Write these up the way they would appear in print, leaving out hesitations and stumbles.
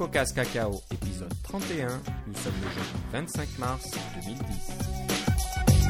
CocoCast Cacao, épisode 31. Nous sommes le jeudi 25 mars 2010.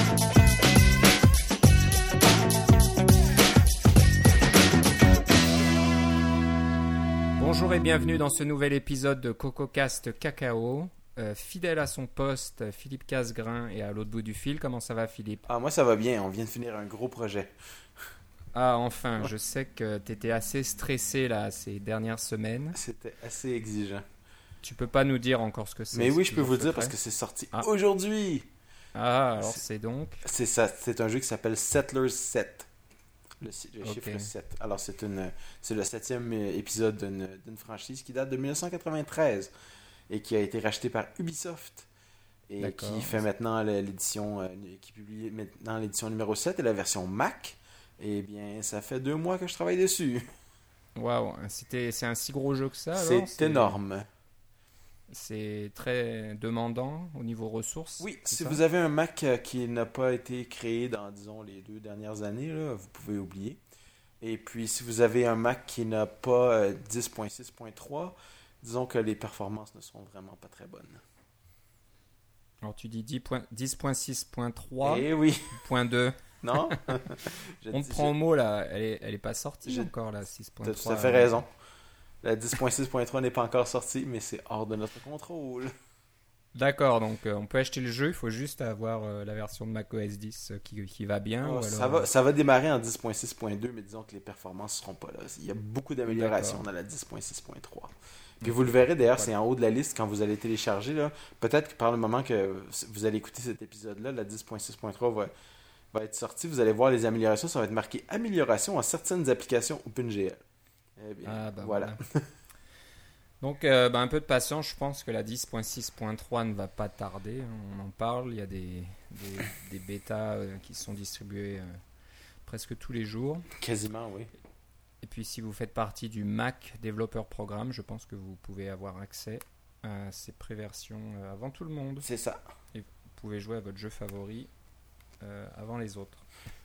Bonjour et bienvenue dans ce nouvel épisode de CocoCast Cacao. Fidèle à son poste, Philippe Casgrain est à l'autre bout du fil. Comment ça va, Philippe? Ah, moi ça va bien, on vient de finir un gros projet. Ah, enfin, je sais que tu étais assez stressé là ces dernières semaines. C'était assez exigeant. Tu peux pas nous dire encore ce que c'est? Mais oui, si je peux vous le dire souhaiterais. parce que c'est sorti Ah. aujourd'hui. Ah, alors c'est donc... C'est ça, c'est un jeu qui s'appelle Settlers 7. Le Ok. chiffre 7. Alors c'est le 7e épisode d'une franchise qui date de 1993 et qui a été racheté par Ubisoft. Et D'accord. qui fait maintenant l'édition, qui publie maintenant l'édition numéro 7 et la version Mac. Eh bien, ça fait 2 mois que je travaille dessus. Waouh, c'est un si gros jeu que ça alors? C'est énorme. C'est très demandant au niveau ressources? Oui, c'est si ça? vous avez un Mac qui n'a pas été créé dans, disons, les 2 dernières années, là, vous pouvez oublier. Et puis, si vous avez un Mac qui n'a pas 10.6.3, disons que les performances ne sont vraiment pas très bonnes. Alors tu dis 10.6.3, Eh oui, point 2. non? On te prend au mot là, elle est pas sortie je- encore la Tu 6.3. as tout à fait raison. La 10.6.3 n'est pas encore sortie, mais c'est hors de notre contrôle. D'accord, donc on peut acheter le jeu, il faut juste avoir la version de macOS 10 qui va bien. Oh, ou ça va démarrer en 10.6.2, mais disons que les performances ne seront pas là. Il y a beaucoup d'améliorations D'accord. dans la 10.6.3. Puis vous le verrez d'ailleurs, Voilà. c'est en haut de la liste quand vous allez télécharger. Là. Peut-être que par le moment que vous allez écouter cet épisode-là, la 10.6.3 va être sortie. Vous allez voir les améliorations. Ça va être marqué amélioration à certaines applications OpenGL. Eh bien, Ah, bah voilà. Donc un peu de patience, je pense que la 10.6.3 ne va pas tarder. On en parle, il y a des bêtas qui sont distribuées presque tous les jours. Quasiment, oui. Et puis si vous faites partie du Mac Developer Programme, je pense que vous pouvez avoir accès à ces préversions avant tout le monde. C'est ça. Vous pouvez jouer à votre jeu favori avant les autres.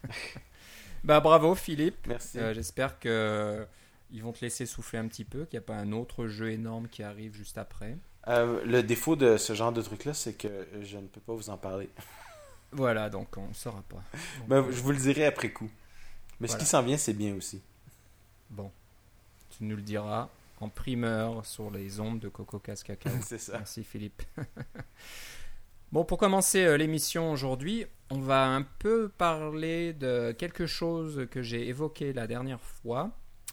Bah bravo Philippe. Merci. J'espère que ils vont te laisser souffler un petit peu, qu'il n'y a pas un autre jeu énorme qui arrive juste après. Le défaut de ce genre de truc-là, c'est que je ne peux pas vous en parler. Voilà, donc on ne saura pas. Donc, Ben, je vous le dirai après coup. Mais Voilà. ce qui s'en vient, c'est bien aussi. bon, tu nous le diras en primeur sur les ondes de CocoCast Cacao. C'est ça. Merci Philippe. Bon, pour commencer l'émission aujourd'hui, on va un peu parler de quelque chose que j'ai évoqué la dernière fois.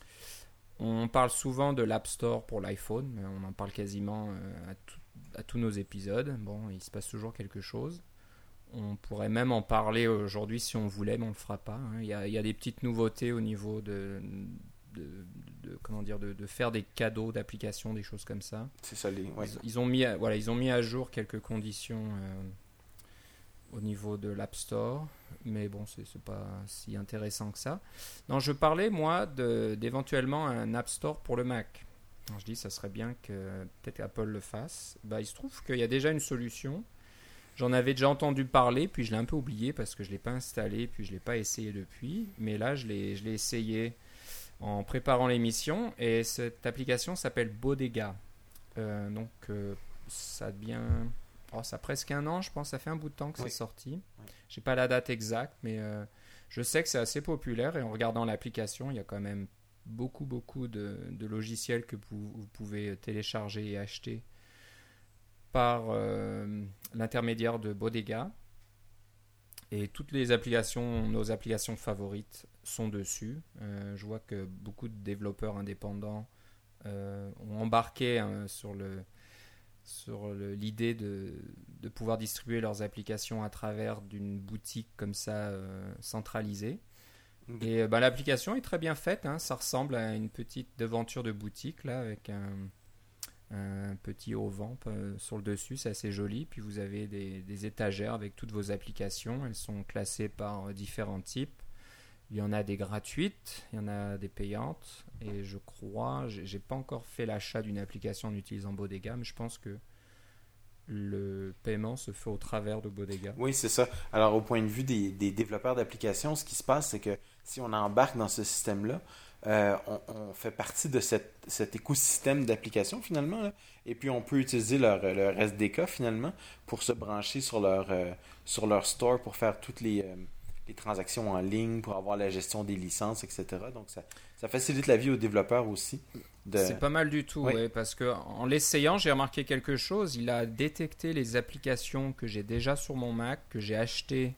On parle souvent de l'App Store pour l'iPhone, mais on en parle quasiment à tous nos épisodes. Bon, il se passe toujours quelque chose. On pourrait même en parler aujourd'hui si on voulait, mais on ne le fera pas. Hein. Il y a des petites nouveautés au niveau de faire des cadeaux d'applications, des choses comme ça. C'est ça, ouais. Ils ont mis à jour quelques conditions au niveau de l'App Store, mais bon, c'est pas si intéressant que ça. Non, je parlais, moi, d'éventuellement un App Store pour le Mac. Alors, je dis, ça serait bien que peut-être Apple le fasse. Bah, il se trouve qu'il y a déjà une solution. J'en avais déjà entendu parler, puis je l'ai un peu oublié parce que je ne l'ai pas installé, puis je ne l'ai pas essayé depuis. Mais là, je l'ai essayé en préparant l'émission, et cette application s'appelle Bodega. Ça a presque 1 an, je pense. Ça fait un bout de temps que Oui. c'est sorti. Oui. J'ai pas la date exacte, mais je sais que c'est assez populaire. Et en regardant l'application, il y a quand même beaucoup de logiciels que vous pouvez télécharger et acheter par l'intermédiaire de Bodega. Et toutes les applications, nos applications favorites sont dessus. Je vois que beaucoup de développeurs indépendants ont embarqué sur l'idée de pouvoir distribuer leurs applications à travers d'une boutique comme ça centralisée. Et l'application est très bien faite, hein. Ça ressemble à une petite devanture de boutique là, avec un petit auvent sur le dessus, c'est assez joli. Puis vous avez des étagères avec toutes vos applications. Elles sont classées par différents types. Il y en a des gratuites, il y en a des payantes. Et je crois, j'ai pas encore fait l'achat d'une application en utilisant Bodega, mais je pense que le paiement se fait au travers de Bodega. Oui, c'est ça. Alors, au point de vue des développeurs d'applications, ce qui se passe, c'est que si on embarque dans ce système-là, on fait partie de cet écosystème d'applications finalement, là. Et puis on peut utiliser leur SDK finalement pour se brancher sur leur store pour faire toutes les transactions en ligne, pour avoir la gestion des licences, etc. Donc ça facilite la vie aux développeurs aussi. C'est pas mal du tout, Oui. ouais, parce que en l'essayant, j'ai remarqué quelque chose. Il a détecté les applications que j'ai déjà sur mon Mac, que j'ai achetées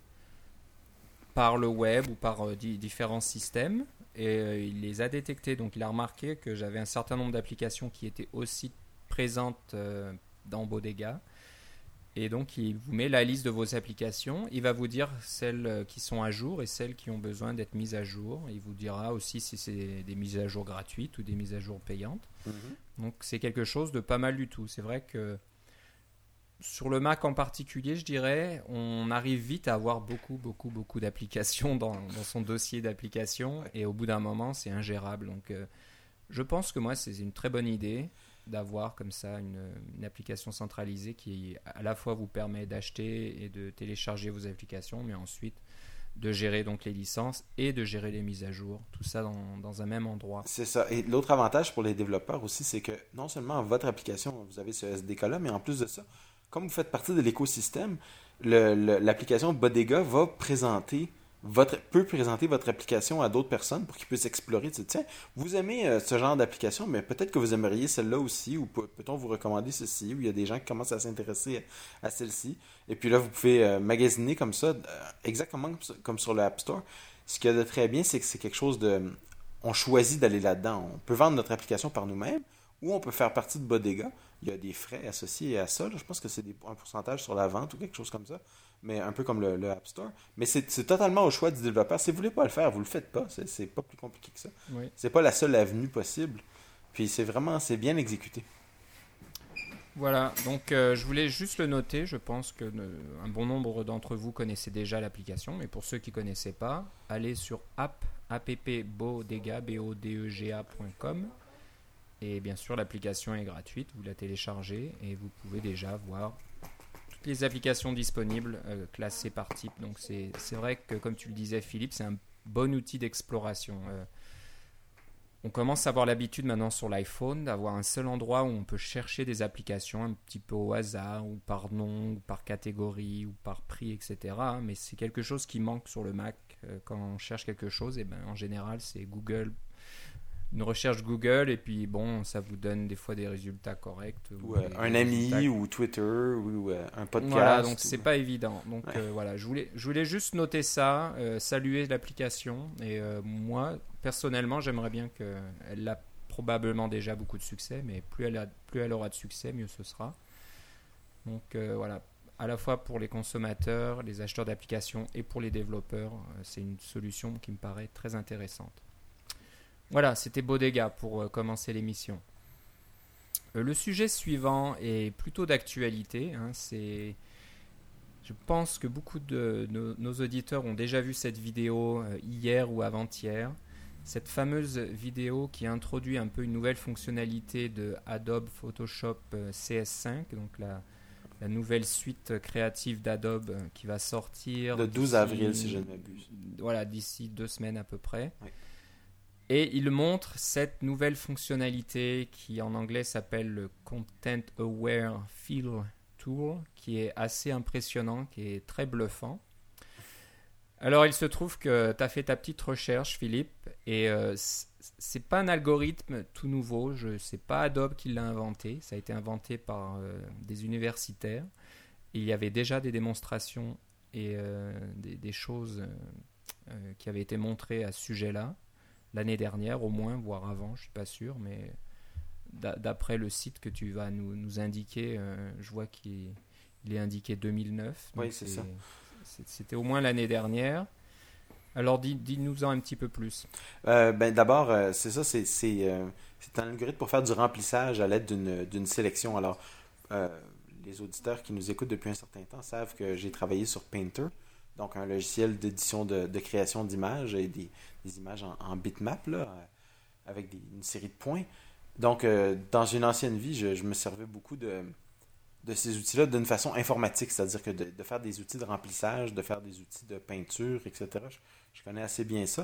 par le web ou par différents systèmes, et il les a détectées. Donc il a remarqué que j'avais un certain nombre d'applications qui étaient aussi présentes dans Bodega. Et donc il vous met la liste de vos applications. Il va vous dire celles qui sont à jour et celles qui ont besoin d'être mises à jour. Il vous dira aussi si c'est des mises à jour gratuites ou des mises à jour payantes. Donc c'est quelque chose de pas mal du tout. C'est vrai que sur le Mac en particulier, je dirais, on arrive vite à avoir beaucoup d'applications dans son dossier d'applications. Et au bout d'un moment, c'est ingérable. Donc je pense que moi, c'est une très bonne idée d'avoir comme ça une application centralisée qui à la fois vous permet d'acheter et de télécharger vos applications, mais ensuite de gérer donc les licences et de gérer les mises à jour, tout ça dans un même endroit. C'est ça. Et l'autre avantage pour les développeurs aussi, c'est que non seulement votre application, vous avez ce SDK-là, mais en plus de ça, comme vous faites partie de l'écosystème, l'application Bodega peut présenter votre application à d'autres personnes pour qu'ils puissent explorer. Tiens, vous aimez ce genre d'application, mais peut-être que vous aimeriez celle-là aussi, ou peut-on vous recommander ceci, ou il y a des gens qui commencent à s'intéresser à celle-ci. Et puis là, vous pouvez magasiner comme ça, exactement comme sur le App Store. Ce qu'il y a de très bien, c'est que c'est quelque chose de... On choisit d'aller là-dedans. On peut vendre notre application par nous-mêmes, ou on peut faire partie de Bodega. Il y a des frais associés à ça. Là. Je pense que c'est un pourcentage sur la vente ou quelque chose comme ça. Mais un peu comme le App Store. Mais c'est totalement au choix du développeur. Si vous voulez pas le faire, vous le faites pas. C'est pas plus compliqué que ça. Oui. C'est pas la seule avenue possible. Puis c'est bien exécuté. Voilà, donc je voulais juste le noter. Je pense que un bon nombre d'entre vous connaissaient déjà l'application, mais pour ceux qui ne connaissaient pas, allez sur appbodega.com. Et bien sûr, l'application est gratuite, vous la téléchargez et vous pouvez déjà voir toutes les applications disponibles classées par type. Donc c'est vrai que, comme tu le disais Philippe, c'est un bon outil d'exploration. On commence à avoir l'habitude maintenant sur l'iPhone d'avoir un seul endroit où on peut chercher des applications un petit peu au hasard, ou par nom, ou par catégorie, ou par prix, etc. Mais c'est quelque chose qui manque sur le Mac. Quand on cherche quelque chose, et ben, en général, c'est Google. Une recherche Google, et puis bon, ça vous donne des fois des résultats corrects. Ou un ami, ou Twitter, ou un podcast. Voilà, donc c'est pas évident. Donc voilà, je voulais juste noter ça, saluer l'application. Et moi, personnellement, j'aimerais bien qu'elle a probablement déjà beaucoup de succès, mais plus elle aura de succès, mieux ce sera. Donc voilà, à la fois pour les consommateurs, les acheteurs d'applications et pour les développeurs, c'est une solution qui me paraît très intéressante. Voilà, c'était Bodega pour commencer l'émission. Le sujet suivant est plutôt d'actualité. Je pense que beaucoup de nos auditeurs ont déjà vu cette vidéo hier ou avant-hier. Cette fameuse vidéo qui introduit un peu une nouvelle fonctionnalité de Adobe Photoshop CS5, donc la nouvelle suite créative d'Adobe qui va sortir le 12 avril, si je ne m'abuse. Voilà, d'ici 2 semaines à peu près. Oui. Et il montre cette nouvelle fonctionnalité qui en anglais s'appelle le Content Aware Fill Tool, qui est assez impressionnant, qui est très bluffant. Alors il se trouve que tu as fait ta petite recherche, Philippe, et c'est pas un algorithme tout nouveau, c'est pas Adobe qui l'a inventé, ça a été inventé par des universitaires. Et il y avait déjà des démonstrations et des choses qui avaient été montrées à ce sujet-là. L'année dernière au moins, voire avant, je ne suis pas sûr, mais d'après le site que tu vas nous indiquer, je vois qu'il est indiqué 2009. Oui, c'est ça. C'était au moins l'année dernière. Alors dis-nous-en un petit peu plus. D'abord, c'est ça, c'est un algorithme pour faire du remplissage à l'aide d'une sélection. Alors, les auditeurs qui nous écoutent depuis un certain temps savent que j'ai travaillé sur Painter, donc un logiciel d'édition de création d'images et des images en bitmap, là, avec une série de points. Donc, dans une ancienne vie, je me servais beaucoup de ces outils-là d'une façon informatique, c'est-à-dire que de faire des outils de remplissage, de faire des outils de peinture, etc. Je connais assez bien ça.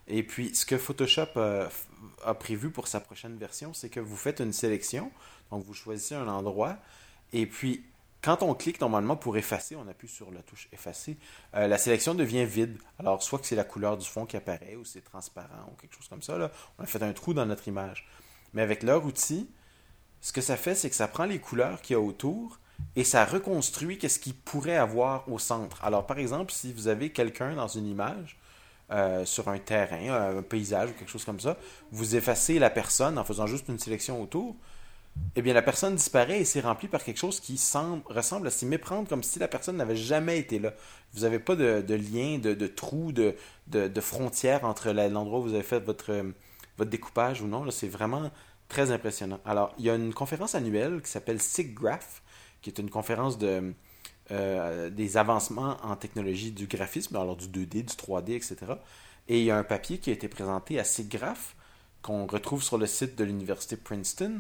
Et puis, ce que Photoshop a prévu pour sa prochaine version, c'est que vous faites une sélection. Donc, vous choisissez un endroit. Et puis, quand on clique normalement pour effacer, on appuie sur la touche effacer, la sélection devient vide. Alors, soit que c'est la couleur du fond qui apparaît, ou c'est transparent, ou quelque chose comme ça. Là. On a fait un trou dans notre image. Mais avec leur outil, ce que ça fait, c'est que ça prend les couleurs qu'il y a autour et ça reconstruit qu'est-ce qu'il pourrait avoir au centre. Alors, par exemple, si vous avez quelqu'un dans une image, sur un terrain, un paysage ou quelque chose comme ça, vous effacez la personne en faisant juste une sélection autour, eh bien, la personne disparaît et c'est rempli par quelque chose qui ressemble à s'y méprendre comme si la personne n'avait jamais été là. Vous n'avez pas de lien, de trou, de frontière entre l'endroit où vous avez fait votre découpage ou non. Là, c'est vraiment très impressionnant. Alors, il y a une conférence annuelle qui s'appelle SIGGRAPH, qui est une conférence des avancements en technologie du graphisme, alors du 2D, du 3D, etc. Et il y a un papier qui a été présenté à SIGGRAPH, qu'on retrouve sur le site de l'université Princeton,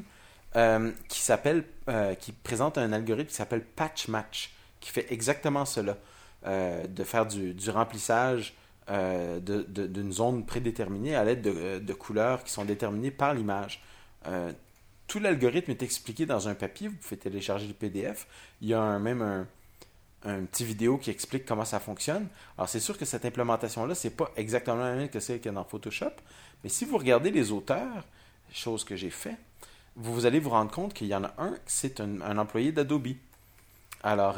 qui présente un algorithme qui s'appelle Patch Match, qui fait exactement cela, de faire du remplissage d'une zone prédéterminée à l'aide de couleurs qui sont déterminées par l'image. Tout l'algorithme est expliqué dans un papier, vous pouvez télécharger le PDF. Il y a même un petit vidéo qui explique comment ça fonctionne. Alors c'est sûr que cette implémentation-là, c'est pas exactement la même que celle qu'il y a dans Photoshop, mais si vous regardez les auteurs, chose que j'ai fait, vous allez vous rendre compte qu'il y en a un, c'est un employé d'Adobe. Alors,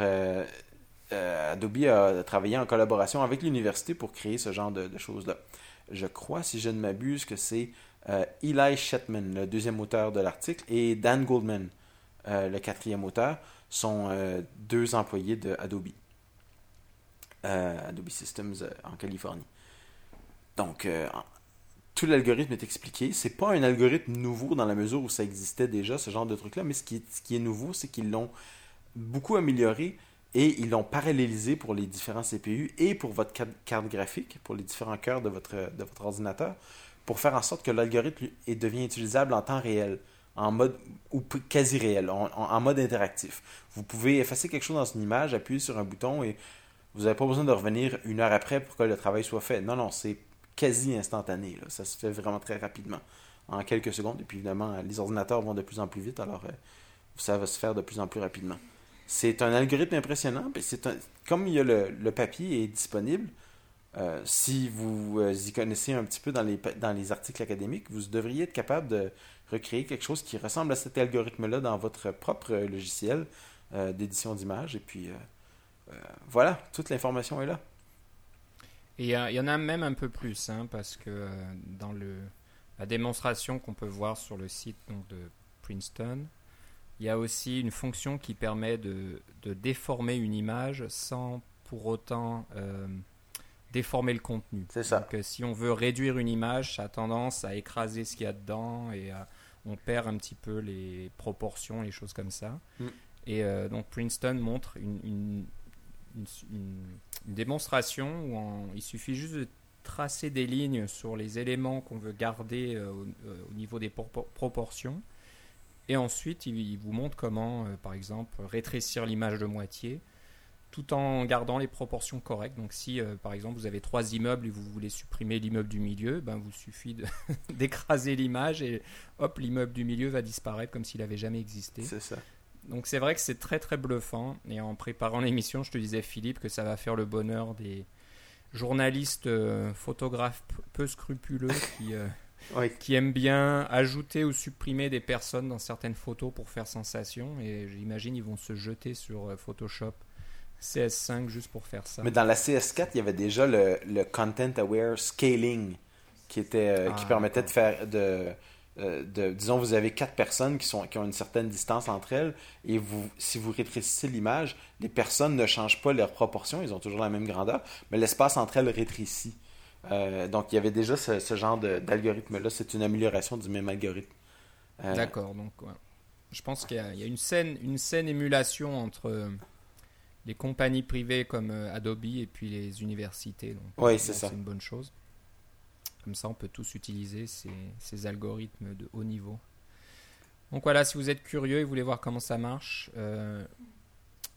Adobe a travaillé en collaboration avec l'université pour créer ce genre de choses-là. Je crois, si je ne m'abuse, que c'est Eli Shetman, le deuxième auteur de l'article, et Dan Goldman, le quatrième auteur, sont deux employés de Adobe. Adobe Systems en Californie. Donc, tout l'algorithme est expliqué. C'est pas un algorithme nouveau dans la mesure où ça existait déjà, ce genre de truc-là, mais ce qui est nouveau, c'est qu'ils l'ont beaucoup amélioré et ils l'ont parallélisé pour les différents CPU et pour votre carte graphique, pour les différents cœurs de votre ordinateur, pour faire en sorte que l'algorithme devient utilisable en temps réel, en mode ou quasi réel, en mode interactif. Vous pouvez effacer quelque chose dans une image, appuyer sur un bouton et vous n'avez pas besoin de revenir une heure après pour que le travail soit fait. Non, c'est quasi instantané. Là. Ça se fait vraiment très rapidement, en quelques secondes. Et puis évidemment, les ordinateurs vont de plus en plus vite, alors ça va se faire de plus en plus rapidement. C'est un algorithme impressionnant. Comme le papier est disponible, si vous y connaissez un petit peu dans les articles académiques, vous devriez être capable de recréer quelque chose qui ressemble à cet algorithme-là dans votre propre logiciel d'édition d'images. Et puis, voilà, toute l'information est là. Et il y en a même un peu plus, parce que dans la démonstration qu'on peut voir sur le site donc, de Princeton, il y a aussi une fonction qui permet de déformer une image sans pour autant déformer le contenu. C'est ça. Donc, si on veut réduire une image, ça a tendance à écraser ce qu'il y a dedans et on perd un petit peu les proportions, les choses comme ça. Et donc Princeton montre une démonstration où il suffit juste de tracer des lignes sur les éléments qu'on veut garder au niveau des proportions. Et ensuite, il vous montre comment, par exemple, rétrécir l'image de moitié tout en gardant les proportions correctes. Donc si, par exemple, vous avez 3 immeubles et vous voulez supprimer l'immeuble du milieu, vous suffit d'écraser l'image et hop, l'immeuble du milieu va disparaître comme s'il n'avait jamais existé. C'est ça. Donc c'est vrai que c'est très très bluffant. Et en préparant l'émission, je te disais, Philippe, que ça va faire le bonheur des journalistes, photographes peu scrupuleux qui aiment bien ajouter ou supprimer des personnes dans certaines photos pour faire sensation. Et j'imagine ils vont se jeter sur Photoshop CS5 juste pour faire ça. Mais dans la CS4, il y avait déjà le Content Aware Scaling qui permettait de faire disons, vous avez 4 personnes qui ont une certaine distance entre elles et si vous rétrécissez l'image, les personnes ne changent pas leurs proportions, ils ont toujours la même grandeur, mais l'espace entre elles rétrécit. Donc, il y avait déjà ce genre d'algorithme-là. C'est une amélioration du même algorithme. D'accord. Donc, ouais. Je pense qu'il y a une saine émulation entre les compagnies privées comme Adobe et puis les universités. Donc, oui, c'est ça. C'est une bonne chose. Comme ça, on peut tous utiliser ces algorithmes de haut niveau. Donc voilà, si vous êtes curieux et vous voulez voir comment ça marche,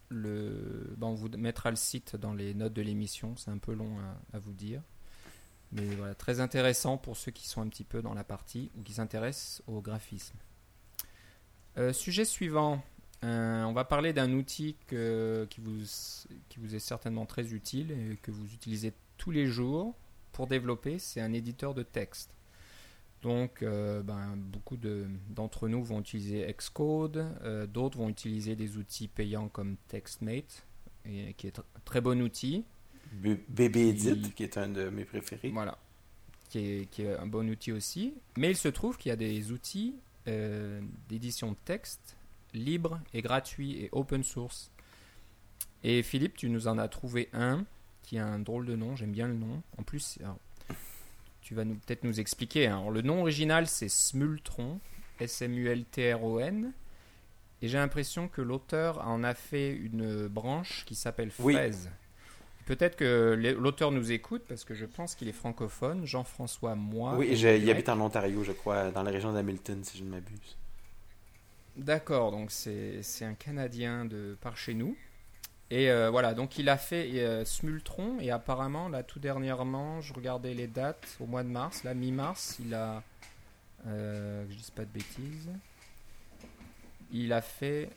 on vous mettra le site dans les notes de l'émission. C'est un peu long à vous dire. Mais voilà, très intéressant pour ceux qui sont un petit peu dans la partie ou qui s'intéressent au graphisme. Sujet suivant. On va parler d'un outil qui vous est certainement très utile et que vous utilisez tous les jours pour développer. C'est un éditeur de texte. Donc, beaucoup d'entre nous vont utiliser Xcode. D'autres vont utiliser des outils payants comme TextMate, qui est un très bon outil. BBEdit, qui est un de mes préférés. Voilà, qui est un bon outil aussi. Mais il se trouve qu'il y a des outils d'édition de texte libres et gratuits et open source. Et Philippe, tu nous en as trouvé un qui a un drôle de nom, j'aime bien le nom. En plus, alors, tu vas peut-être nous expliquer. Alors, le nom original, c'est Smultron, S-M-U-L-T-R-O-N. Et j'ai l'impression que l'auteur en a fait une branche qui s'appelle Fraise. Oui. Peut-être que l'auteur nous écoute parce que je pense qu'il est francophone, Jean-François Moi. Oui, il habite en Ontario, je crois, dans la région d'Hamilton, si je ne m'abuse. D'accord, donc c'est un Canadien de par chez nous. Et voilà, donc il a fait Smultron et apparemment, là, tout dernièrement, je regardais les dates au mois de mars, là, mi-mars, il a, que je dise pas de bêtises, il a fait...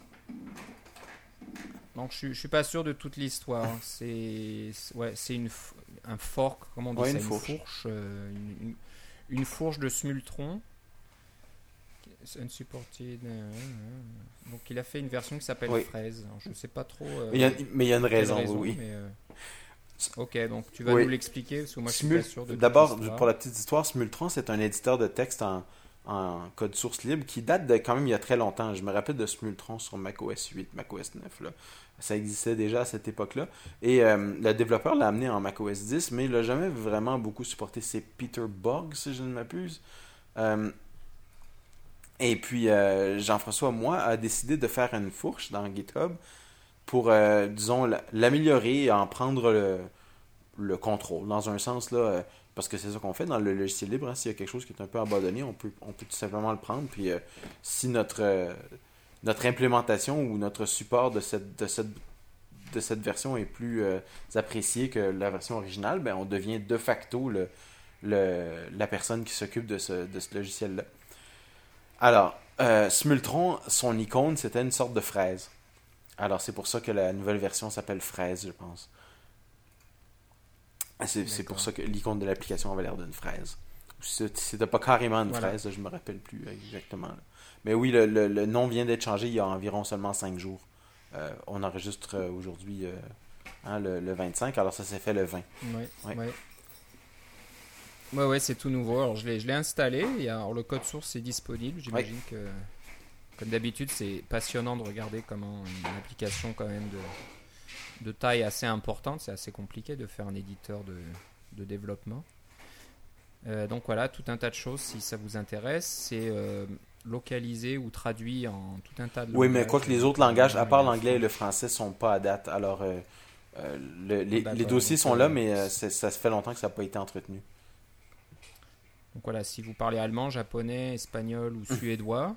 Donc je suis pas sûr de toute l'histoire. C'est un fork, comment on dit ça, une fourche de Smultron. Unsupported. Donc il a fait une version qui s'appelle Fraise. Alors, je sais pas trop. Mais il y a une raison, oui. Mais, ok, donc tu vas nous l'expliquer parce que moi je suis pas sûr de. D'abord, pour la petite histoire, Smultron, c'est un éditeur de texte en code source libre qui date de quand même il y a très longtemps. Je me rappelle de Smultron sur macOS 8, macOS 9. Là. Ça existait déjà à cette époque-là. Et le développeur l'a amené en macOS 10, mais il l'a jamais vraiment beaucoup supporté. C'est Peter Bogg, si je ne m'abuse. Et puis, Jean-François, moi, a décidé de faire une fourche dans GitHub pour, disons, l'améliorer et en prendre le contrôle. Dans un sens, là... Parce que c'est ça qu'on fait dans le logiciel libre. Hein, s'il y a quelque chose qui est un peu abandonné, on peut tout simplement le prendre. Puis si notre implémentation ou notre support de cette version est plus apprécié que la version originale, ben, on devient de facto la personne qui s'occupe de ce logiciel-là. Alors, Smultron, son icône, c'était une sorte de fraise. Alors, c'est pour ça que la nouvelle version s'appelle Fraise, je pense. C'est pour ça que l'icône de l'application avait l'air d'une fraise. C'était pas carrément une fraise, je me rappelle plus exactement. Là. Mais oui, le nom vient d'être changé il y a environ seulement 5 jours. On enregistre aujourd'hui le 25, alors ça s'est fait le 20. Ouais, c'est tout nouveau. Alors je l'ai installé, alors le code source est disponible. J'imagine que, comme d'habitude, c'est passionnant de regarder comment une application quand même de taille assez importante, c'est assez compliqué de faire un éditeur de développement. Donc voilà, tout un tas de choses si ça vous intéresse. C'est localisé ou traduit en tout un tas de langages. Oui, mais quoi que les autres langages, à part l'anglais et le français, sont pas à date. Alors, les dossiers sont là, mais ça se fait longtemps que ça n'a pas été entretenu. Donc voilà, si vous parlez allemand, japonais, espagnol ou suédois,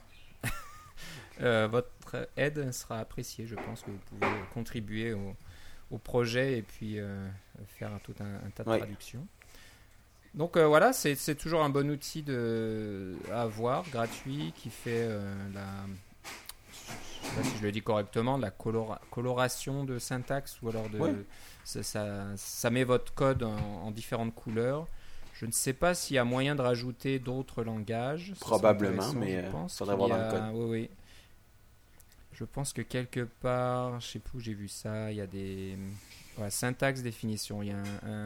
votre aide sera appréciée. Je pense que vous pouvez contribuer au projet et puis faire tout un tas de traductions. Donc voilà, c'est toujours un bon outil à avoir, gratuit, qui fait je sais pas si je le dis correctement, de la coloration de syntaxe ou alors ça met votre code en différentes couleurs. Je ne sais pas s'il y a moyen de rajouter d'autres langages. Probablement, mais il faudrait voir dans le code. Oui. Je pense que quelque part, je ne sais plus où j'ai vu ça, il y a des syntaxe définition. Il y a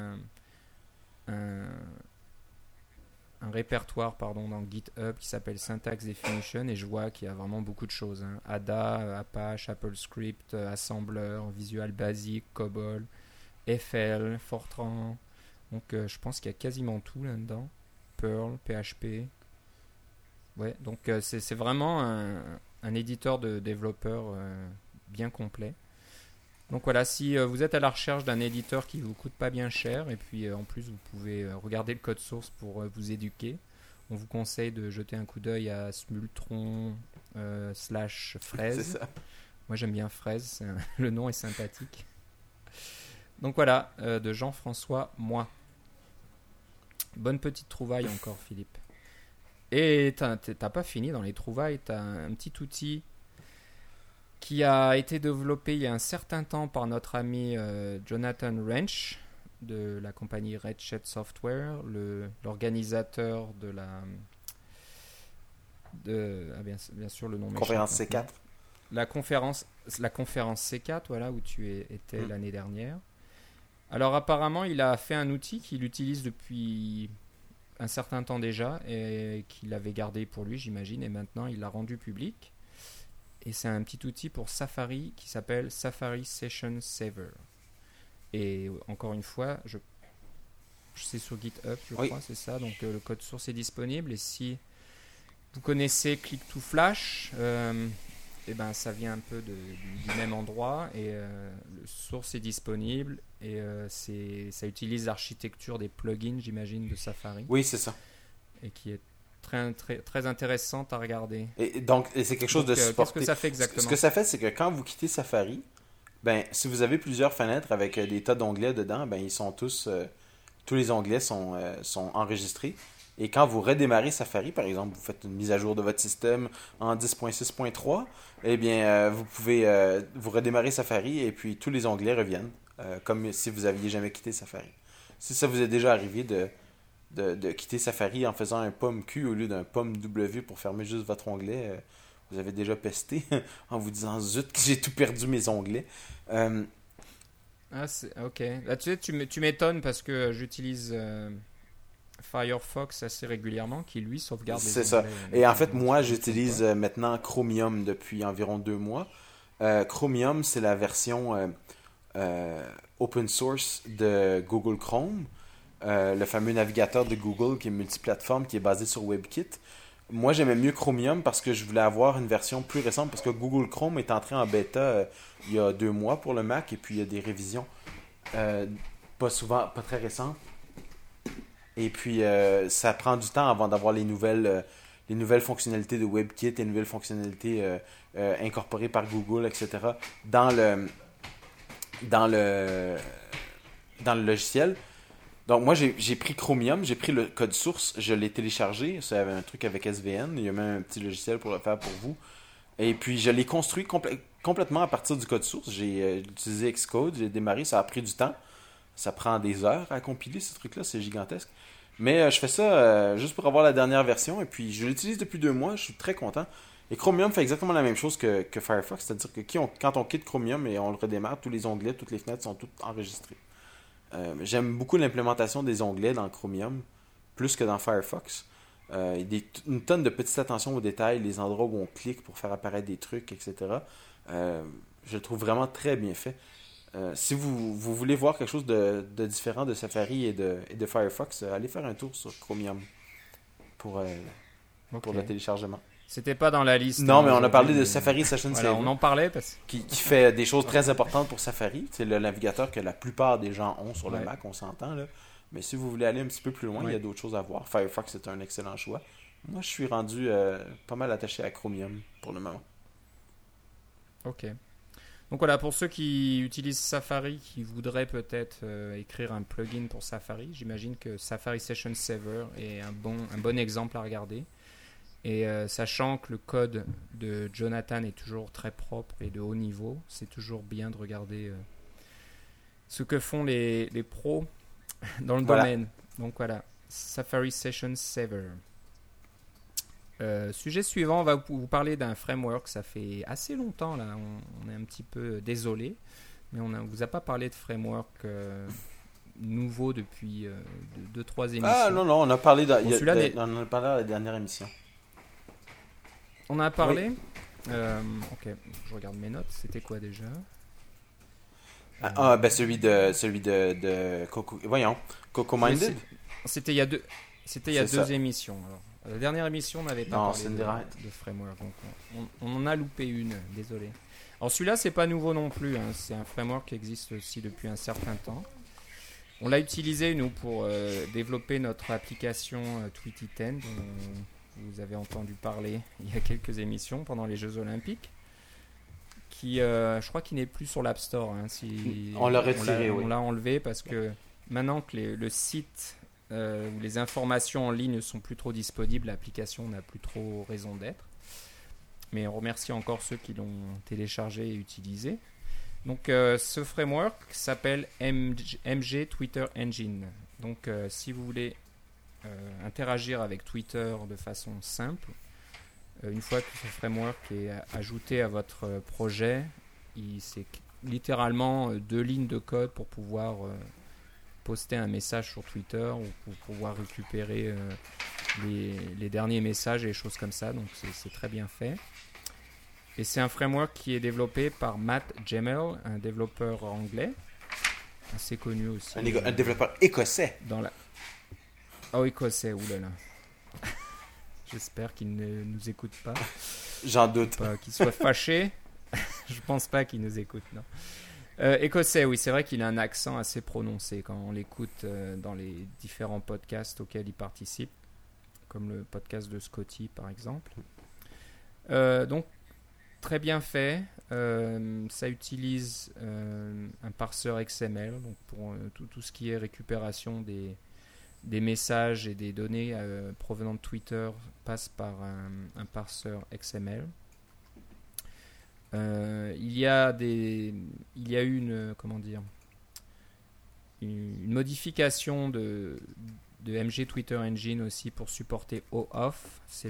un répertoire dans GitHub qui s'appelle Syntax Definition et je vois qu'il y a vraiment beaucoup de choses. Hein. Ada, Apache, AppleScript, Assembler, Visual Basic, COBOL, FL, Fortran. Donc je pense qu'il y a quasiment tout là-dedans. Perl, PHP. Ouais, donc c'est vraiment un éditeur de développeurs bien complet. Donc voilà, si vous êtes à la recherche d'un éditeur qui ne vous coûte pas bien cher et puis en plus vous pouvez regarder le code source pour vous éduquer, on vous conseille de jeter un coup d'œil à Smultron /fraise. C'est ça. Moi j'aime bien Fraise, le nom est sympathique. Donc voilà, de Jean-François Moi. Bonne petite trouvaille encore, Philippe. Et t'as pas fini dans les trouvailles. T'as un petit outil qui a été développé il y a un certain temps par notre ami Jonathan Wrench de la compagnie Redshift Software, l'organisateur de bien sûr le nom conférence m'échappe. C4. La conférence C4, voilà, où tu étais l'année dernière. Alors apparemment, il a fait un outil qu'il utilise depuis un certain temps déjà et qu'il avait gardé pour lui, j'imagine, et maintenant il l'a rendu public. Et c'est un petit outil pour Safari qui s'appelle Safari Session Saver. Et encore une fois, c'est sur GitHub, je crois, c'est ça. Donc le code source est disponible. Et si vous connaissez Click2Flash, ça vient un peu du même endroit. Et le source est disponible. Et ça utilise l'architecture des plugins, j'imagine, de Safari. Oui, c'est ça. Et qui est très intéressante à regarder. Et c'est quelque chose de supporté. Qu'est-ce que ça fait exactement? Ce que ça fait, c'est que quand vous quittez Safari, si vous avez plusieurs fenêtres avec des tas d'onglets dedans, ils sont tous les onglets sont enregistrés. Et quand vous redémarrez Safari, par exemple, vous faites une mise à jour de votre système en 10.6.3, vous pouvez vous redémarrer Safari et puis tous les onglets reviennent, comme si vous aviez jamais quitté Safari. Si ça vous est déjà arrivé de quitter Safari en faisant un pomme Q au lieu d'un pomme W pour fermer juste votre onglet, vous avez déjà pesté en vous disant zut, j'ai tout perdu mes onglets. Ok. Là, tu m'étonnes parce que j'utilise Firefox assez régulièrement qui lui sauvegarde les onglets. C'est ça. Et en fait, moi, j'utilise maintenant Chromium depuis environ 2 mois. Chromium, c'est la version open source de Google Chrome. Le fameux navigateur de Google qui est multiplateforme, qui est basé sur WebKit. Moi, j'aimais mieux Chromium parce que je voulais avoir une version plus récente parce que Google Chrome est entré en bêta il y a 2 mois pour le Mac et puis il y a des révisions pas très récentes. Et puis, ça prend du temps avant d'avoir les nouvelles fonctionnalités de WebKit, les nouvelles fonctionnalités incorporées par Google, etc. dans le logiciel. Donc, moi, j'ai pris Chromium, j'ai pris le code source, je l'ai téléchargé. Ça avait un truc avec SVN. Il y a même un petit logiciel pour le faire pour vous. Et puis, je l'ai construit complètement à partir du code source. J'ai utilisé Xcode, j'ai démarré, ça a pris du temps. Ça prend des heures à compiler ce truc-là, c'est gigantesque. Mais je fais ça juste pour avoir la dernière version. Et puis, je l'utilise depuis 2 mois, je suis très content. Et Chromium fait exactement la même chose que Firefox. C'est-à-dire que quand on quitte Chromium et on le redémarre, tous les onglets, toutes les fenêtres sont toutes enregistrées. J'aime beaucoup l'implémentation des onglets dans Chromium, plus que dans Firefox. Il y a une tonne de petites attentions aux détails, les endroits où on clique pour faire apparaître des trucs, etc. Je le trouve vraiment très bien fait. Si vous voulez voir quelque chose de différent de Safari et de Firefox, allez faire un tour sur Chromium pour le téléchargement. C'était pas dans la liste. Non, mais on a parlé de Safari Session Saver. On en parlait parce qui fait des choses très importantes pour Safari. C'est le navigateur que la plupart des gens ont sur le Mac, on s'entend là. Mais si vous voulez aller un petit peu plus loin, il y a d'autres choses à voir. Firefox est un excellent choix. Moi, je suis rendu pas mal attaché à Chromium pour le moment. Ok. Donc voilà, pour ceux qui utilisent Safari, qui voudraient peut-être écrire un plugin pour Safari, j'imagine que Safari Session Saver est un bon exemple à regarder. Et sachant que le code de Jonathan est toujours très propre et de haut niveau, c'est toujours bien de regarder ce que font les pros dans le domaine. Donc voilà, Safari Session Saver. Sujet suivant, on va vous parler d'un framework. Ça fait assez longtemps là, on est un petit peu désolé, mais on ne vous a pas parlé de framework nouveau depuis 2-3 émissions. Ah non, on a parlé on a parlé à la dernière émission. On a parlé ok, je regarde mes notes. C'était quoi déjà? Celui de Coco. Voyons, Coco Minded. C'était il y a 2 émissions. Alors, la dernière émission, on n'avait pas parlé de framework. Donc on en a loupé une, désolé. Alors celui-là, c'est pas nouveau non plus. Hein. C'est un framework qui existe aussi depuis un certain temps. On l'a utilisé, nous, pour développer notre application Tweety 10, dont vous avez entendu parler il y a quelques émissions pendant les Jeux Olympiques. Qui, je crois qu'il n'est plus sur l'App Store. Hein, on l'a retiré, oui. On l'a enlevé parce que maintenant que le site où les informations en ligne ne sont plus trop disponibles, l'application n'a plus trop raison d'être. Mais on remercie encore ceux qui l'ont téléchargé et utilisé. Donc ce framework s'appelle MG Twitter Engine. Donc si vous voulez interagir avec Twitter de façon simple, une fois que ce framework est ajouté à votre projet, c'est littéralement 2 lignes de code pour pouvoir poster un message sur Twitter ou pour pouvoir récupérer les derniers messages et les choses comme ça. Donc c'est très bien fait. Et c'est un framework qui est développé par Matt Gemmell, un développeur anglais, assez connu aussi. Un développeur écossais. Oh, écossais, oulala. J'espère qu'il ne nous écoute pas. J'en doute. Qu'il soit fâché. Je pense pas qu'il nous écoute, non. Écossais, oui, c'est vrai qu'il a un accent assez prononcé quand on l'écoute dans les différents podcasts auxquels il participe, comme le podcast de Scotty, par exemple. Donc, très bien fait. Ça utilise un parseur XML donc pour tout ce qui est récupération des messages et des données provenant de Twitter passe par un parseur XML. Il y a eu une modification de MG Twitter Engine aussi pour supporter OAuth. C'est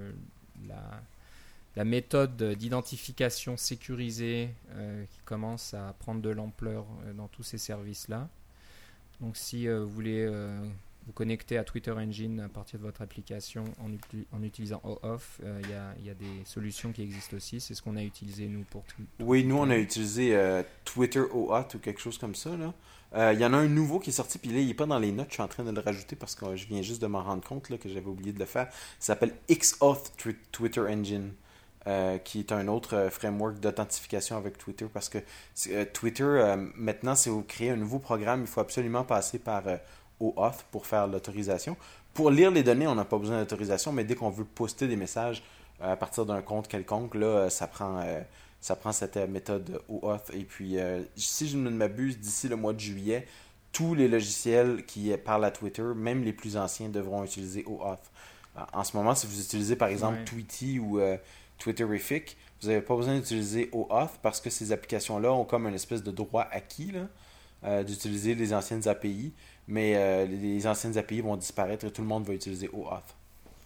la méthode d'identification sécurisée qui commence à prendre de l'ampleur dans tous ces services-là. Donc si vous voulez vous connecter à Twitter Engine à partir de votre application en utilisant OAuth, il y a des solutions qui existent aussi. C'est ce qu'on a utilisé nous pour Twitter. Oui, nous on a utilisé Twitter OAuth ou quelque chose comme ça. Il y en a un nouveau qui est sorti, puis là il n'est pas dans les notes. Je suis en train de le rajouter parce que je viens juste de m'en rendre compte là, que j'avais oublié de le faire. Ça s'appelle XAuth Twitter Engine. Qui est un autre framework d'authentification avec Twitter parce que Twitter, maintenant, si vous créez un nouveau programme, il faut absolument passer par OAuth pour faire l'autorisation. Pour lire les données, on n'a pas besoin d'autorisation, mais dès qu'on veut poster des messages à partir d'un compte quelconque, là, ça prend cette méthode OAuth. Et puis, si je ne m'abuse, d'ici le mois de juillet, tous les logiciels qui parlent à Twitter, même les plus anciens, devront utiliser OAuth. En ce moment, si vous utilisez par exemple Tweety ou Twitterific, vous n'avez pas besoin d'utiliser OAuth parce que ces applications-là ont comme une espèce de droit acquis là, d'utiliser les anciennes API, mais les anciennes API vont disparaître et tout le monde va utiliser OAuth.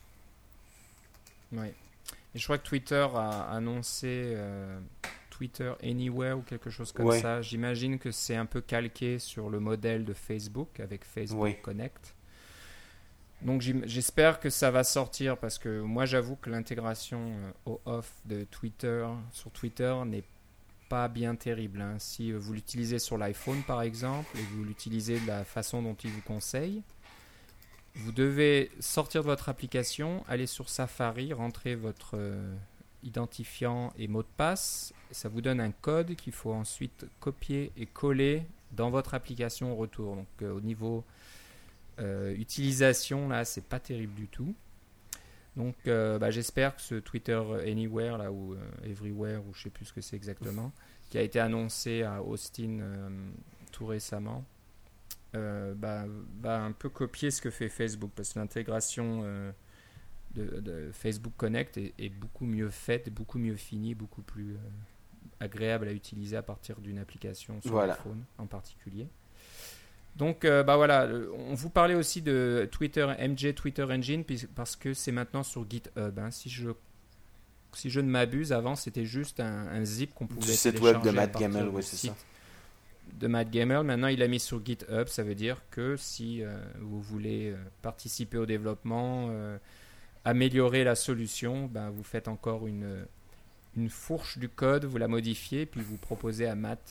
Oui. Et je crois que Twitter a annoncé Twitter Anywhere ou quelque chose comme ça. J'imagine que c'est un peu calqué sur le modèle de Facebook avec Facebook Connect. Donc j'espère que ça va sortir parce que moi j'avoue que l'intégration OAuth de Twitter sur Twitter n'est pas bien terrible. Hein. Si vous l'utilisez sur l'iPhone par exemple et vous l'utilisez de la façon dont il vous conseille, vous devez sortir de votre application, aller sur Safari, rentrer votre identifiant et mot de passe. Ça vous donne un code qu'il faut ensuite copier et coller dans votre application au retour. Donc au niveau utilisation, là, c'est pas terrible du tout. Donc, j'espère que ce Twitter Anywhere, là, ou Everywhere, ou je sais plus ce que c'est exactement, qui a été annoncé à Austin tout récemment, va un peu copier ce que fait Facebook, parce que l'intégration de Facebook Connect est beaucoup mieux faite, beaucoup mieux finie, beaucoup plus agréable à utiliser à partir d'une application sur l'iPhone en particulier. Donc on vous parlait aussi de MG Twitter Engine parce que c'est maintenant sur GitHub. Hein. Si je ne m'abuse, avant c'était juste un zip qu'on pouvait télécharger. Du site web de Matt Gemmell, oui, c'est ça. De Matt Gemmell. Maintenant, il l'a mis sur GitHub. Ça veut dire que si vous voulez participer au développement, améliorer la solution, vous faites encore une fourche du code, vous la modifiez, puis vous proposez à Matt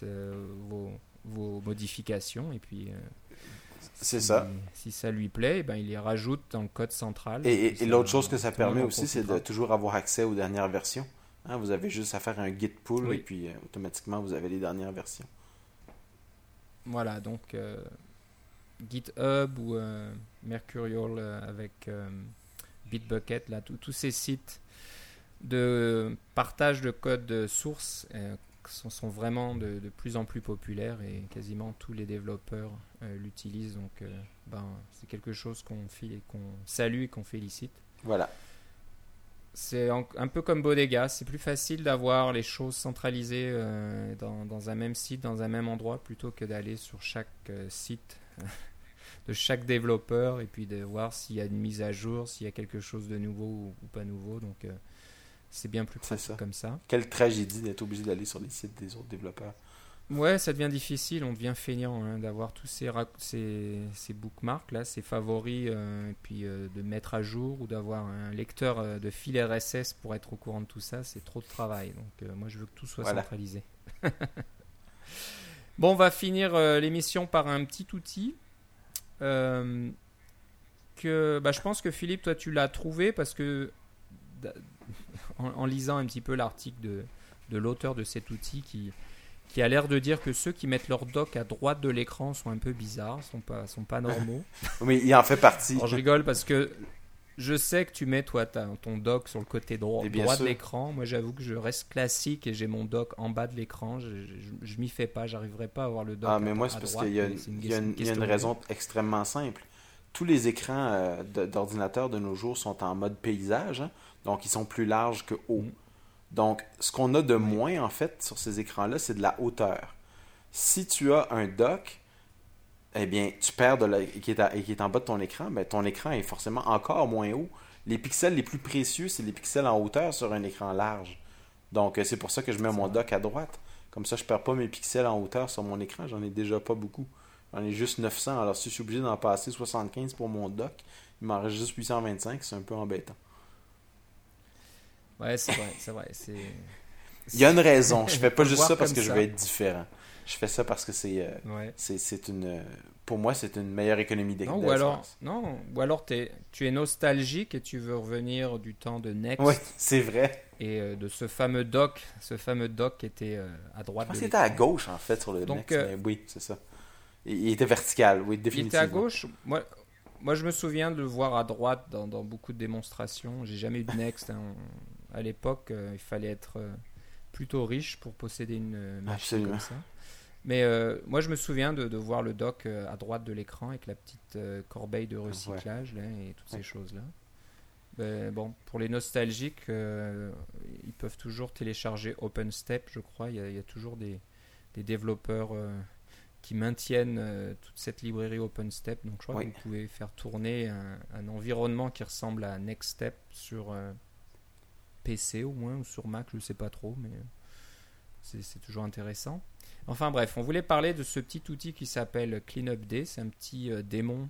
vos modifications et puis si ça lui plaît, il les rajoute dans le code central. Et l'autre chose que ça permet aussi, c'est de toujours avoir accès aux dernières versions. Hein, vous avez juste à faire un git pull et puis automatiquement vous avez les dernières versions. Voilà, donc GitHub ou Mercurial avec Bitbucket, là, tous ces sites de partage de code source marques sont vraiment de plus en plus populaires et quasiment tous les développeurs l'utilisent. Donc, c'est quelque chose qu'on salue et qu'on félicite. Voilà. C'est un peu comme Bodega. C'est plus facile d'avoir les choses centralisées dans un même site, dans un même endroit, plutôt que d'aller sur chaque site de chaque développeur et puis de voir s'il y a une mise à jour, s'il y a quelque chose de nouveau ou pas nouveau. Donc, c'est bien plus pratique comme ça. Quelle tragédie d'être obligé d'aller sur les sites des autres développeurs. Ouais, ça devient difficile, on devient feignant d'avoir tous ces bookmarks là, ces favoris, et puis de mettre à jour ou d'avoir un lecteur de fil RSS pour être au courant de tout ça, c'est trop de travail. Donc moi je veux que tout soit centralisé. Bon, on va finir l'émission par un petit outil que je pense que Philippe, toi tu l'as trouvé parce que en lisant un petit peu l'article de l'auteur de cet outil qui a l'air de dire que ceux qui mettent leur dock à droite de l'écran sont un peu bizarres, sont pas normaux. Oui, il en fait partie. Alors je rigole parce que je sais que tu mets toi ton dock sur le côté droit de l'écran. Moi j'avoue que je reste classique et j'ai mon dock en bas de l'écran. Je m'y fais pas, j'arriverai pas à avoir le dock à droite. Ah mais moi c'est parce qu'il y a une raison extrêmement simple. Tous les écrans d'ordinateur de nos jours sont en mode paysage, hein, donc ils sont plus larges que hauts. Donc, ce qu'on a de moins, en fait, sur ces écrans-là, c'est de la hauteur. Si tu as un dock, eh bien, tu perds qui est en bas de ton écran, ben, ton écran est forcément encore moins haut. Les pixels les plus précieux, c'est les pixels en hauteur sur un écran large. Donc, c'est pour ça que je mets mon dock à droite. Comme ça, je ne perds pas mes pixels en hauteur sur mon écran. J'en ai déjà pas beaucoup. J'en ai juste 900. Alors, si je suis obligé d'en passer 75 pour mon dock, il m'en reste juste 825. C'est un peu embêtant. Ouais, c'est vrai. Il y a une raison. Je fais pas juste ça parce que je veux être différent. Je fais ça parce que pour moi, c'est une meilleure économie d'espace. Ou alors tu es nostalgique et tu veux revenir du temps de Next. Oui, c'est vrai. Et de ce fameux dock qui était à droite. Je pense qu'il était à gauche, en fait, sur le Next. Mais oui, c'est ça. Il était vertical, oui, définitivement. Il était à gauche. Moi, je me souviens de le voir à droite dans beaucoup de démonstrations. J'ai jamais eu de Next. À l'époque, il fallait être plutôt riche pour posséder une machine comme ça. Mais moi, je me souviens de voir le dock à droite de l'écran avec la petite corbeille de recyclage là, et toutes ces choses-là. Bon, pour les nostalgiques, ils peuvent toujours télécharger OpenStep, je crois. Il y a toujours des développeurs qui maintiennent toute cette librairie OpenStep. Donc, je crois que vous pouvez faire tourner un environnement qui ressemble à NextStep sur PC au moins, ou sur Mac, je ne sais pas trop, mais c'est toujours intéressant. Enfin bref, on voulait parler de ce petit outil qui s'appelle CleanUpD. C'est un petit démon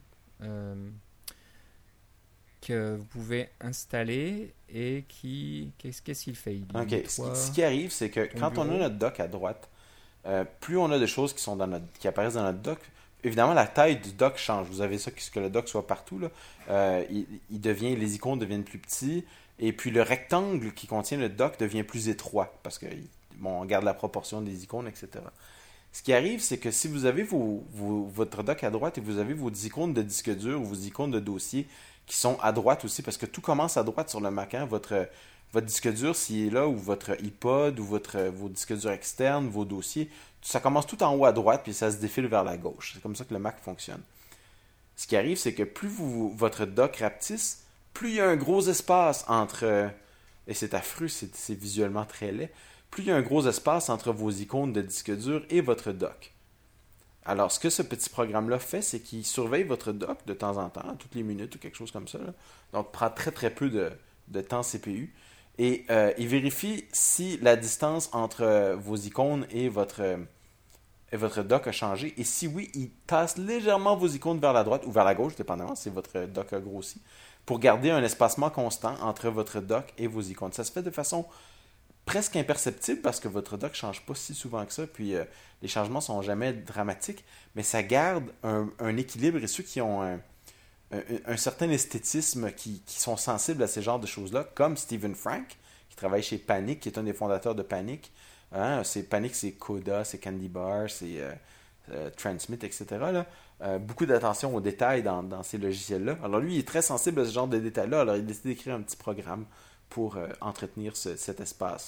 que vous pouvez installer et qu'est-ce qu'il fait? Ce qui arrive, c'est que quand on a notre dock à droite, plus on a de choses qui apparaissent dans notre dock, évidemment la taille du dock change. Vous avez ça, que le dock soit partout là. Les icônes deviennent plus petits. Et puis le rectangle qui contient le dock devient plus étroit parce que on garde la proportion des icônes, etc. Ce qui arrive, c'est que si vous avez votre dock à droite et vous avez vos icônes de disque dur ou vos icônes de dossier qui sont à droite aussi, parce que tout commence à droite sur le Mac, hein, votre disque dur, s'il est là, ou votre iPod, ou vos disques durs externes, vos dossiers, ça commence tout en haut à droite, puis ça se défile vers la gauche. C'est comme ça que le Mac fonctionne. Ce qui arrive, c'est que plus votre dock rapetisse, plus il y a un gros espace entre... et c'est affreux, c'est visuellement très laid. Plus il y a un gros espace entre vos icônes de disque dur et votre dock. Alors, ce que ce petit programme-là fait, c'est qu'il surveille votre dock de temps en temps, toutes les minutes ou quelque chose comme ça. Là. Donc, prend très très peu de temps CPU. Et il vérifie si la distance entre vos icônes et votre dock a changé. Et si oui, il tasse légèrement vos icônes vers la droite ou vers la gauche, dépendamment si votre dock a grossi, pour garder un espacement constant entre votre dock et vos icônes. Ça se fait de façon presque imperceptible parce que votre dock ne change pas si souvent que ça, puis les changements ne sont jamais dramatiques, mais ça garde un équilibre, et ceux qui ont un certain esthétisme, qui sont sensibles à ces genres de choses-là, comme Stephen Frank, qui travaille chez Panic, qui est un des fondateurs de Panic. Hein, Panic, c'est Coda, c'est Candy Bar, c'est Transmit, etc. Là. Beaucoup d'attention aux détails dans ces logiciels-là. Alors lui, il est très sensible à ce genre de détails-là, alors il a décidé d'écrire un petit programme pour entretenir cet espace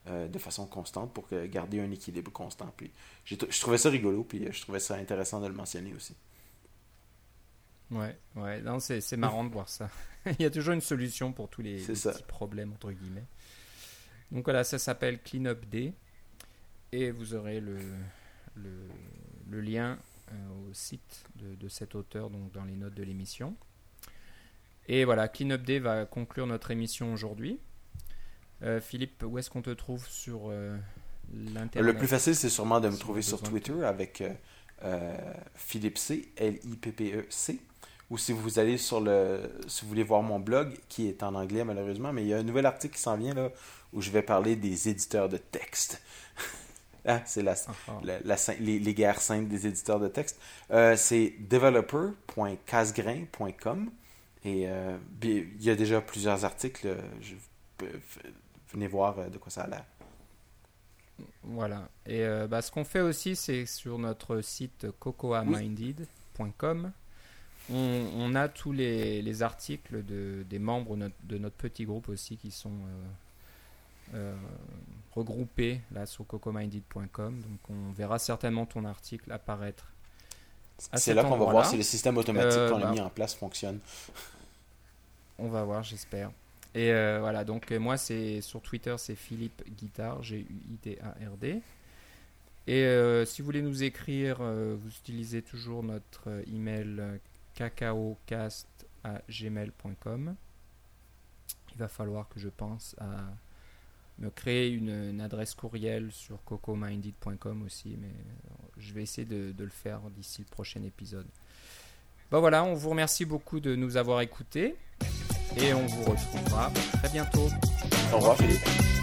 de façon constante pour garder un équilibre constant. Puis je trouvais ça rigolo, puis je trouvais ça intéressant de le mentionner aussi. Ouais, non, c'est marrant de voir ça. Il y a toujours une solution pour tous les petits problèmes, entre guillemets. Donc voilà, ça s'appelle Cleanup Day. Et vous aurez le lien au site de cet auteur donc dans les notes de l'émission. Et voilà, Cleanup Day va conclure notre émission aujourd'hui. Philippe, où est-ce qu'on te trouve sur l'internet? Le plus facile, c'est sûrement de me trouver sur Twitter avec Philippe C, L-I-P-P-E-C. Ou si vous allez si vous voulez voir mon blog, qui est en anglais malheureusement, mais il y a un nouvel article qui s'en vient là, où je vais parler des éditeurs de texte. C'est les guerres saintes des éditeurs de texte. C'est developer.casgrain.com et il y a déjà plusieurs articles. Venez voir de quoi ça a l'air. Voilà. Et ce qu'on fait aussi, c'est sur notre site cocoaminded.com. On a tous les articles des membres de notre petit groupe aussi qui sont regroupés là sur cocominded.com. Donc on verra certainement ton article apparaître. C'est là qu'on va voir si le système automatique qu'on a mis en place fonctionne. On va voir, j'espère. Et voilà, donc moi c'est sur Twitter, c'est Philippe Guitard, Guitard. Et si vous voulez nous écrire, vous utilisez toujours notre email cacaocast@gmail.com. Il va falloir que je pense à me créer une adresse courriel sur cocominded.com aussi, mais je vais essayer de le faire d'ici le prochain épisode. Voilà, on vous remercie beaucoup de nous avoir écoutés et on vous retrouvera très bientôt. Au revoir Philippe.